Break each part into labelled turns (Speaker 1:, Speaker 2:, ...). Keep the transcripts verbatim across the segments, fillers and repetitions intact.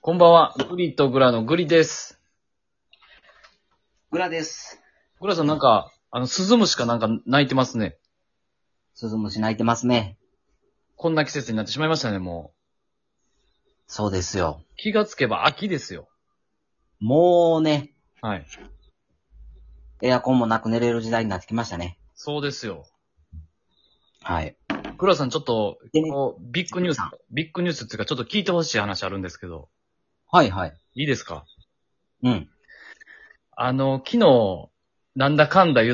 Speaker 1: こんばんは。グリとグラのグリです。
Speaker 2: グラです。
Speaker 1: グラさんなんか、あの、スズムシかなんか鳴いてますね。
Speaker 2: スズムシ鳴いてますね。
Speaker 1: こんな季節になってしまいましたね、も
Speaker 2: そうですよ。
Speaker 1: う。気がつけば秋ですよ。
Speaker 2: もうね、
Speaker 1: はい。
Speaker 2: エアコンもなく寝れる時代になってきましたね。
Speaker 1: そうですよ。
Speaker 2: はい。
Speaker 1: グラさんちょっと、
Speaker 2: でね、
Speaker 1: こう、ビッグニュース
Speaker 2: さん、
Speaker 1: ビッグニュースっていうかちょっと聞いてほしい話あるんですけど、
Speaker 2: はいはい。
Speaker 1: いいですか？
Speaker 2: うん。
Speaker 1: あの、昨日、なんだかんだ言って、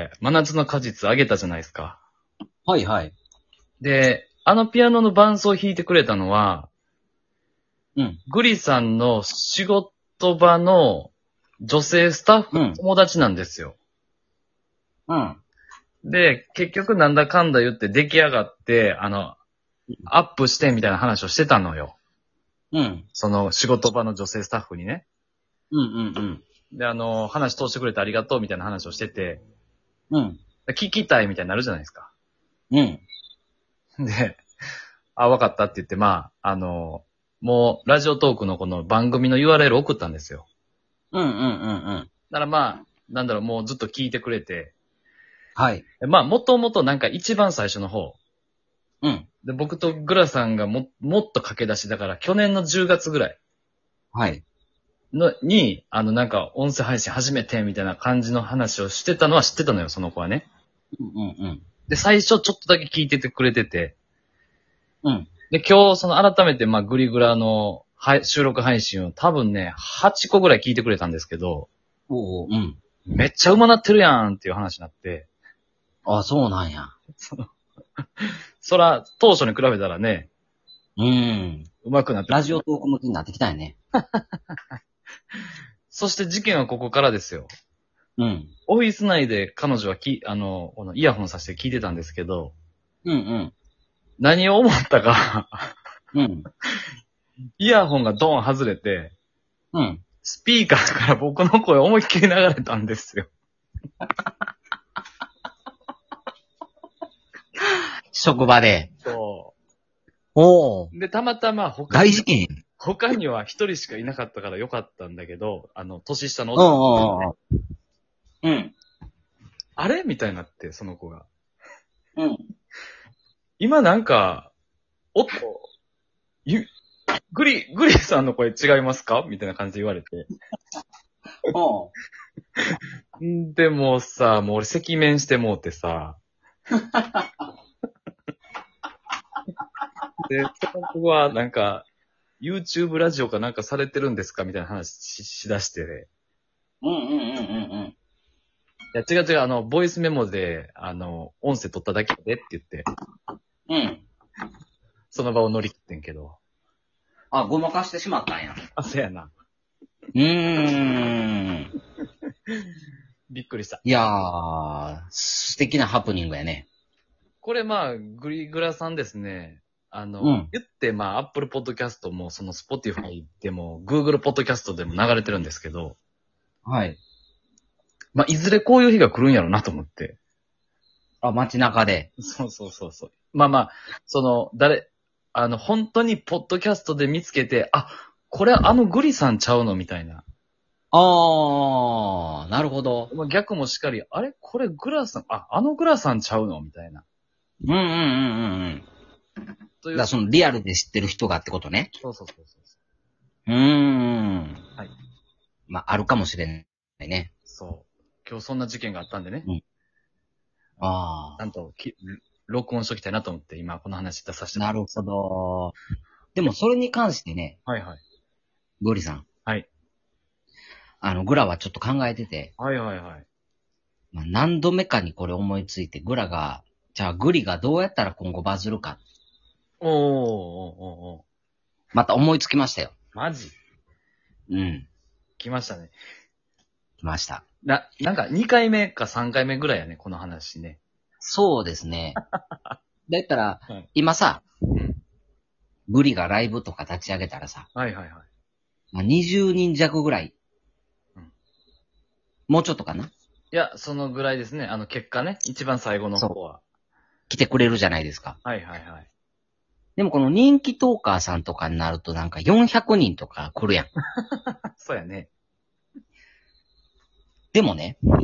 Speaker 1: 真夏の果実あげたじゃないですか。
Speaker 2: はいはい。
Speaker 1: で、あのピアノの伴奏を弾いてくれたのは、
Speaker 2: うん。
Speaker 1: グリさんの仕事場の女性スタッフの
Speaker 2: うん。
Speaker 1: 友達なんですよ。
Speaker 2: うん。
Speaker 1: で、結局なんだかんだ言って出来上がって、あの、アップしてみたいな話をしてたのよ。
Speaker 2: うん。
Speaker 1: その仕事場の女性スタッフにね。
Speaker 2: うんうん
Speaker 1: で、あの、話通してくれてありがとうみたいな話をしてて、
Speaker 2: うん。
Speaker 1: 聞きたいみたいになるじゃないですか。
Speaker 2: うん。
Speaker 1: で、あ、わかったって言って、まあ、あの、もう、ラジオトークのこの番組の ユーアールエル 送ったんですよ。
Speaker 2: うんうんうんうん。
Speaker 1: だからまあ、なんだろう、もうずっと聞いてくれて、
Speaker 2: はい。
Speaker 1: まあ、もともとなんか一番最初の方、
Speaker 2: うん。
Speaker 1: で、僕とグラさんがも、もっと駆け出しだから、去年のじゅうがつぐらい
Speaker 2: はい。
Speaker 1: の、に、あの、なんか、音声配信始めて、みたいな感じの話をしてたのは知ってたのよ、その子はね。
Speaker 2: うんうんうん。
Speaker 1: で、最初ちょっとだけ聞いててくれてて、
Speaker 2: うん。
Speaker 1: で、今日、その改めて、まあ、グリグラの、はい、収録配信を多分ね、はちこぐらい聞いてくれたんですけど、
Speaker 2: おお、うん。
Speaker 1: めっちゃ上手なってるやんっていう話になって、
Speaker 2: あ、そうなんや。
Speaker 1: その、そら、当初に比べたらね、
Speaker 2: うん。
Speaker 1: 上手くなってる。
Speaker 2: ラジオトーク向きになってきたよね。
Speaker 1: そして事件はここからですよ。
Speaker 2: うん。
Speaker 1: オフィス内で彼女はき、あの、このイヤホンさせて聞いてたんですけど、
Speaker 2: うんうん。
Speaker 1: 何を思ったか、
Speaker 2: うん。
Speaker 1: イヤホンがドーン外れて、
Speaker 2: うん。
Speaker 1: スピーカーから僕の声思いっきり流れたんですよ。
Speaker 2: 職場で。
Speaker 1: そ
Speaker 2: おお。
Speaker 1: う。で、たまたま他に、
Speaker 2: 大事件。
Speaker 1: 他には一人しかいなかったからよかったんだけど、あの、年下の
Speaker 2: うん
Speaker 1: 男の子で、
Speaker 2: うんうん。うん。
Speaker 1: あれみたいになって、その子が。
Speaker 2: うん。
Speaker 1: 今なんか、おっと、ゆ、グリ、グリさんの声違いますかみたいな感じで言われて。
Speaker 2: おう。
Speaker 1: んでもさ、もう俺赤面してもうてさ、で、その子はなんか、YouTube ラジオかなんかされてるんですかみたいな話ししだして、
Speaker 2: うんうんうんうんうん。
Speaker 1: いや、違う違う、あの、ボイスメモで、あの、音声取っただけでって言って、
Speaker 2: うん。
Speaker 1: その場を乗り切ってんけど。
Speaker 2: あ、ごまかしてしまったんや。
Speaker 1: あ、そうやな。
Speaker 2: うーん。
Speaker 1: びっくりした。
Speaker 2: いやー、素敵なハプニングやね。
Speaker 1: これまあ、グリグラさんですね。あの、
Speaker 2: うん
Speaker 1: 言ってまあ、Apple Podcast も、その Spotify でも、Google Podcast でも流れてるんですけど、
Speaker 2: はい。
Speaker 1: まあ、いずれこういう日が来るんやろうなと思って。
Speaker 2: あ、街中で。
Speaker 1: そうそうそうそう。まあまあ、その、誰、あの、本当にポッドキャストで見つけて、あ、これあのグリさんちゃうのみたいな。
Speaker 2: あー、なるほど。
Speaker 1: まあ、逆もしっかり、あれこれグラさん、あ、あのグラさんちゃうのみたいな。
Speaker 2: うんうんうんうんうん。
Speaker 1: という。
Speaker 2: だからそのリアルで知ってる人がってことね。
Speaker 1: そうそうそうそう。
Speaker 2: うーん。
Speaker 1: はい。
Speaker 2: まあ、あるかもしれないね。
Speaker 1: そう。今日そんな事件があったんでね。
Speaker 2: うん。あ
Speaker 1: ちゃんとき、録音しときたいなと思って、今この話出させ
Speaker 2: ー、
Speaker 1: てもら
Speaker 2: なるほど。でもそれに関してね、
Speaker 1: う。はいはい。
Speaker 2: グリさん。
Speaker 1: はい。
Speaker 2: あの、グラはちょっと考えてて、
Speaker 1: はいはいはい。
Speaker 2: まあ、何度目かにこれ思いついて、グラが、じゃあグリがどうやったら今後バズるか、
Speaker 1: おーおーおーおー。
Speaker 2: また思いつきましたよ。
Speaker 1: マジ
Speaker 2: うん。
Speaker 1: 来ましたね。
Speaker 2: 来ました。
Speaker 1: な、なんかにかいめかさんかいめぐらいやね、この話ね。
Speaker 2: そうですね。だったら、
Speaker 1: はい。
Speaker 2: 今さ、
Speaker 1: うん。
Speaker 2: グリがライブとか立ち上げたらさ、
Speaker 1: はいはいはい。
Speaker 2: まあ、にじゅうにん弱ぐらい。
Speaker 1: うん
Speaker 2: もうちょっとかない
Speaker 1: や、そのぐらいですね。あの結果ね。一番最後の方は。
Speaker 2: 来てくれるじゃないですか。
Speaker 1: はいはいはい。
Speaker 2: でもこの人気トーカーさんとかになるとなんかよんひゃくにんとか来るやん。
Speaker 1: そうやね。
Speaker 2: でもね、
Speaker 1: うんうん。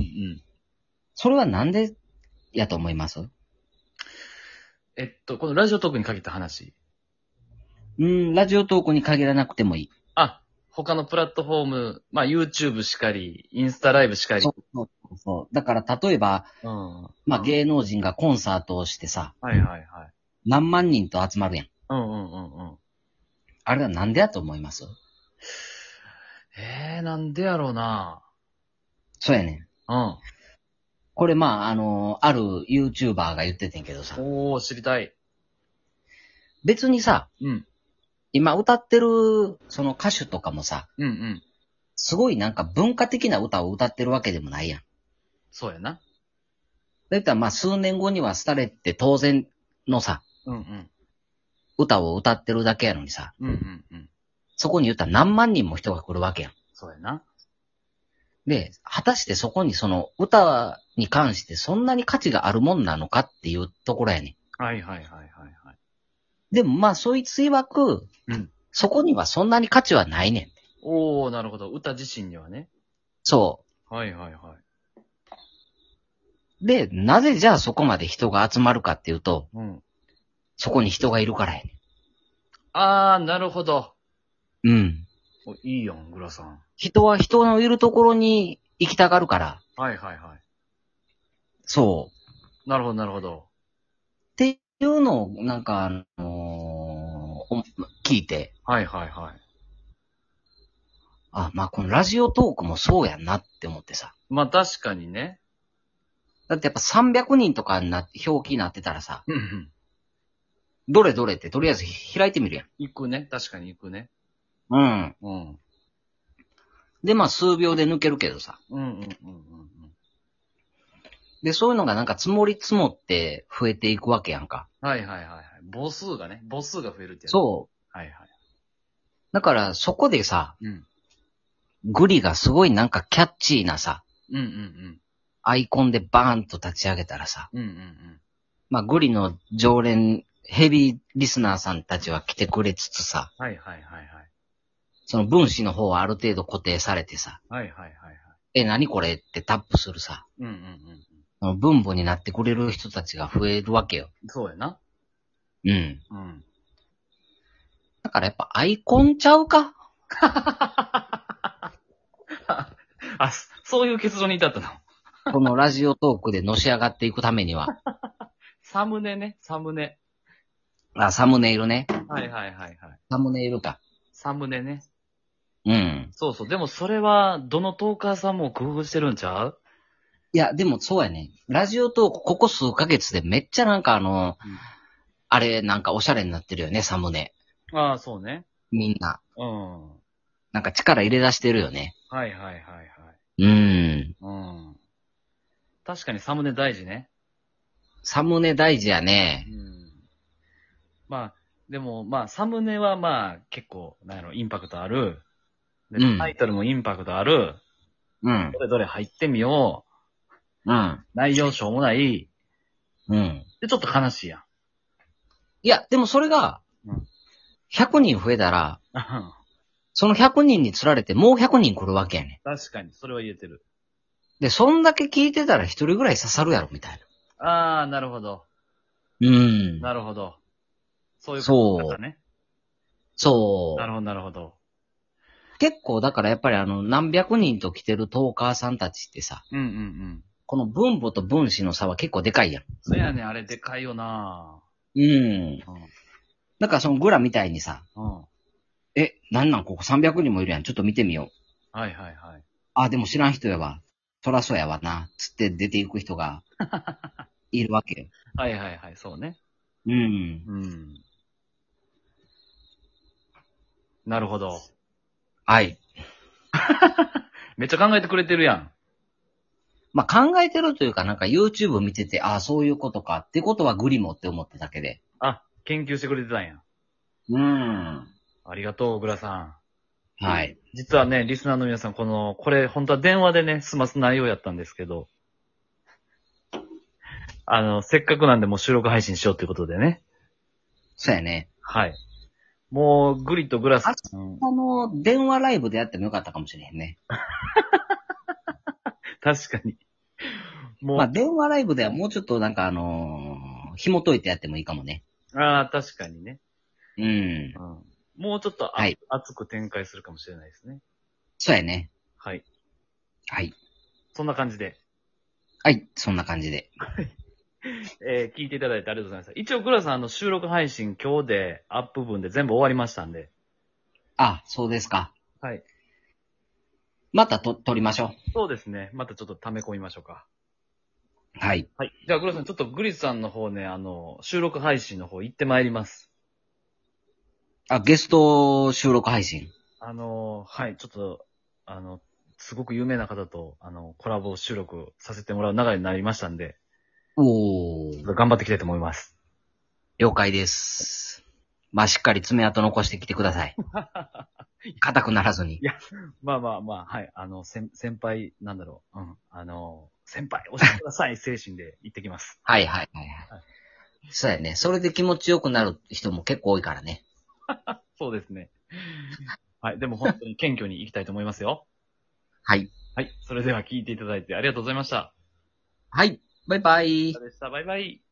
Speaker 2: それはなんでやと思います？
Speaker 1: えっと、このラジオトークに限った話。
Speaker 2: うん、ラジオトークに限らなくてもいい。
Speaker 1: あ、他のプラットフォーム、まあ YouTube しかり、インスタライブしかり。
Speaker 2: そうそうそう。だから例えば、
Speaker 1: うん。
Speaker 2: まあ芸能人がコンサートをしてさ、
Speaker 1: はいはいはい。
Speaker 2: 何万人と集まるやん。
Speaker 1: うんうんうんうん。
Speaker 2: あれはなんでやと思います？
Speaker 1: えー、なんでやろうな。
Speaker 2: そうやねん。
Speaker 1: うん。
Speaker 2: これまあ、あのある YouTuber が言っててんけどさ、
Speaker 1: おー、知りたい。
Speaker 2: 別にさ、
Speaker 1: うん。
Speaker 2: 今歌ってるその歌手とかもさ、
Speaker 1: うんうん。
Speaker 2: すごいなんか文化的な歌を歌ってるわけでもないやん。
Speaker 1: そうやな。
Speaker 2: だいたらまあ数年後には廃れって当然のさ、
Speaker 1: うんうん。
Speaker 2: 歌を歌ってるだけやのにさ、
Speaker 1: うんうんうん。
Speaker 2: そこに言ったら何万人も人が来るわけやん。
Speaker 1: そうやな。
Speaker 2: で、果たしてそこにその歌に関してそんなに価値があるもんなのかっていうところやねん。
Speaker 1: はいはいはいはいはい。
Speaker 2: でもまあそいつ曰く、
Speaker 1: うん。
Speaker 2: そこにはそんなに価値はないねん。
Speaker 1: おー、なるほど。歌自身にはね。
Speaker 2: そ
Speaker 1: はいはいはい。
Speaker 2: う。で、なぜじゃあそこまで人が集まるかっていうと、
Speaker 1: うん。
Speaker 2: そこに人がいるからやね
Speaker 1: あー、なるほど。
Speaker 2: ん。うん。
Speaker 1: おいいやん、グラさん。
Speaker 2: 人は人のいるところに行きたがるから、
Speaker 1: はいはいはい。
Speaker 2: そう。
Speaker 1: なるほどなるほど。
Speaker 2: っていうのを、なんか、あのーお聞いて、
Speaker 1: はいはいはい。
Speaker 2: あ、まあこのラジオトークもそうやんなって思ってさ。
Speaker 1: まあ確かにね。
Speaker 2: だってやっぱさんびゃくにんとかになって、表記になってたらさ、
Speaker 1: うんうん。
Speaker 2: どれどれってとりあえず開いてみるやん。
Speaker 1: 行くね。確かに行くね。
Speaker 2: うん。
Speaker 1: うん。
Speaker 2: で、まあ数秒で抜けるけどさ。
Speaker 1: うんうんうんうんうん。
Speaker 2: で、そういうのがなんか積もり積もって増えていくわけやんか。
Speaker 1: はいはいはいはい。母数がね。母数が増えるってやつ。
Speaker 2: そう。
Speaker 1: はいはい。
Speaker 2: だからそこでさ、
Speaker 1: うん。
Speaker 2: グリがすごいなんかキャッチーなさ、
Speaker 1: うんうんうん。
Speaker 2: アイコンでバーンと立ち上げたらさ、
Speaker 1: うんうんうん。
Speaker 2: まあグリの常連、ヘビーリスナーさんたちは来てくれつつさ、
Speaker 1: はいはいはいはい。
Speaker 2: その分子の方はある程度固定されてさ、
Speaker 1: はいはいはいはい。
Speaker 2: え、何これってタップするさ、
Speaker 1: うんうんうん
Speaker 2: その分母になってくれる人たちが増えるわけよ。
Speaker 1: うん。そうやな。
Speaker 2: うん。
Speaker 1: うん。
Speaker 2: だからやっぱアイコンちゃうか？
Speaker 1: あ、そそういう結論に至ったの。
Speaker 2: このラジオトークでのし上がっていくためには。
Speaker 1: サムネね。サムネ。
Speaker 2: あ、サムネイルね。
Speaker 1: はいはいはいはい。
Speaker 2: サムネイルか。
Speaker 1: サムネね。
Speaker 2: うん。
Speaker 1: そうそう。でもそれは、どのトーカーさんも工夫してるんちゃう？
Speaker 2: いや、でもそうやね。ラジオトークここ数ヶ月でめっちゃなんかあの、あれなんかおしゃれになってるよね、サムネ。
Speaker 1: ああ、そうね。
Speaker 2: みんな。
Speaker 1: うん。は
Speaker 2: なんか力入れ出してるよね。
Speaker 1: いはいはいはい。
Speaker 2: うーん。
Speaker 1: うん。確かにサムネ大事ね。
Speaker 2: サムネ大事や
Speaker 1: う
Speaker 2: ね。
Speaker 1: ん。まあ、でも、まあ、サムネはまあ、結構、なんやろ、インパクトある。で、
Speaker 2: うん
Speaker 1: タイトルもインパクトある。
Speaker 2: うん
Speaker 1: ど。れどれ入ってみよう。
Speaker 2: うん。
Speaker 1: 内容しょうもない。
Speaker 2: うん。
Speaker 1: で、ちょっと悲しいやん。
Speaker 2: いや、でもそれが
Speaker 1: うん、
Speaker 2: ひゃくにん増えたら、そのひゃくにんに釣られてもうひゃくにん来るわけやね
Speaker 1: 確かに、それは言えてる。
Speaker 2: ん。で、そんだけ聞いてたら一人ぐらい刺さるやろ、みたい
Speaker 1: ああ、なるほど。
Speaker 2: な。うん。
Speaker 1: なるほど。そういう
Speaker 2: そう
Speaker 1: 方ね。
Speaker 2: そう。
Speaker 1: なるほど、なるほど。
Speaker 2: 結構だからやっぱりあの、何百人と来てるトーカーさんたちってさ、
Speaker 1: うんうんうん。
Speaker 2: この分母と分子の差は結構でかいやん。
Speaker 1: そやねん、あれでかいよな
Speaker 2: うん。だからそのグラみたいにさ、
Speaker 1: うん。うん。
Speaker 2: え、なんなんここさんびゃくにんもいるやん。ちょっと見てみよう。
Speaker 1: はいはいはい。
Speaker 2: あ、でも知らん人やわ。そらそうやわな。つって出ていく人がいるわけよ。
Speaker 1: はいはいはい、そうね。
Speaker 2: うん。
Speaker 1: うん。なるほど。
Speaker 2: はい。
Speaker 1: めっちゃ考えてくれてるやん。
Speaker 2: まあ、考えてるというか、なんか YouTube 見てて、ああ、そういうことかってことはグリモって思っただけで。
Speaker 1: あ、研究してくれてたんや。
Speaker 2: うん。
Speaker 1: ありがとう、グラさん。
Speaker 2: はい。
Speaker 1: 実はね、リスナーの皆さん、この、これ、本当は電話でね、済ます内容やったんですけど、あの、せっかくなんでもう収録配信しようということでね。
Speaker 2: そうやね。
Speaker 1: はい。もう、グリとグラス。うん、
Speaker 2: あの、電話ライブでやってもよかったかもしれへんね。
Speaker 1: 確かに。も
Speaker 2: まあ、電話ライブではもうちょっとなんかあのー紐解いてやってもいいかもね。
Speaker 1: う、ああ、確かにね。
Speaker 2: うん。
Speaker 1: うん。もうちょっとあ、
Speaker 2: はい。
Speaker 1: 熱く展開するかもしれないですね。
Speaker 2: そうやね。
Speaker 1: はい。
Speaker 2: はい。
Speaker 1: そんな感じで。
Speaker 2: はい。そんな感じで。
Speaker 1: えー聞いていただいてありがとうございます。一応、グラさん、あの、収録配信今日でアップ分で全部終わりましたんで。
Speaker 2: あ、そうですか。
Speaker 1: はい。
Speaker 2: またと、撮りましょ
Speaker 1: そうですね。またちょっと溜め込みましょうか。
Speaker 2: う。はい。
Speaker 1: はい。じゃあ、グラさん、ちょっとグリスさんの方ね、あの、収録配信の方行ってまいります。
Speaker 2: あ、ゲスト収録配信。
Speaker 1: あの、はい、ちょっと、あの、すごく有名な方と、あの、コラボ収録させてもらう流れになりましたんで、
Speaker 2: おー。
Speaker 1: 頑張っていきたいと思います。
Speaker 2: 了解です。まあ、しっかり爪痕残してきてください。硬くならずに。
Speaker 1: いや、まあまあまあ、はい、あの、先、先輩、なんだろう、うん、あの、先輩、教えてください、精神で行ってきます。
Speaker 2: はいはいはいはい。
Speaker 1: はい
Speaker 2: そうやね。それで気持ちよくなる人も結構多いからね。
Speaker 1: そうですね。はい、でも本当に謙虚に行きたいと思いますよ。
Speaker 2: はい。
Speaker 1: はい、それでは聞いていただいてありがとうございました。
Speaker 2: はい。バイバイ。
Speaker 1: でした。バイバイ。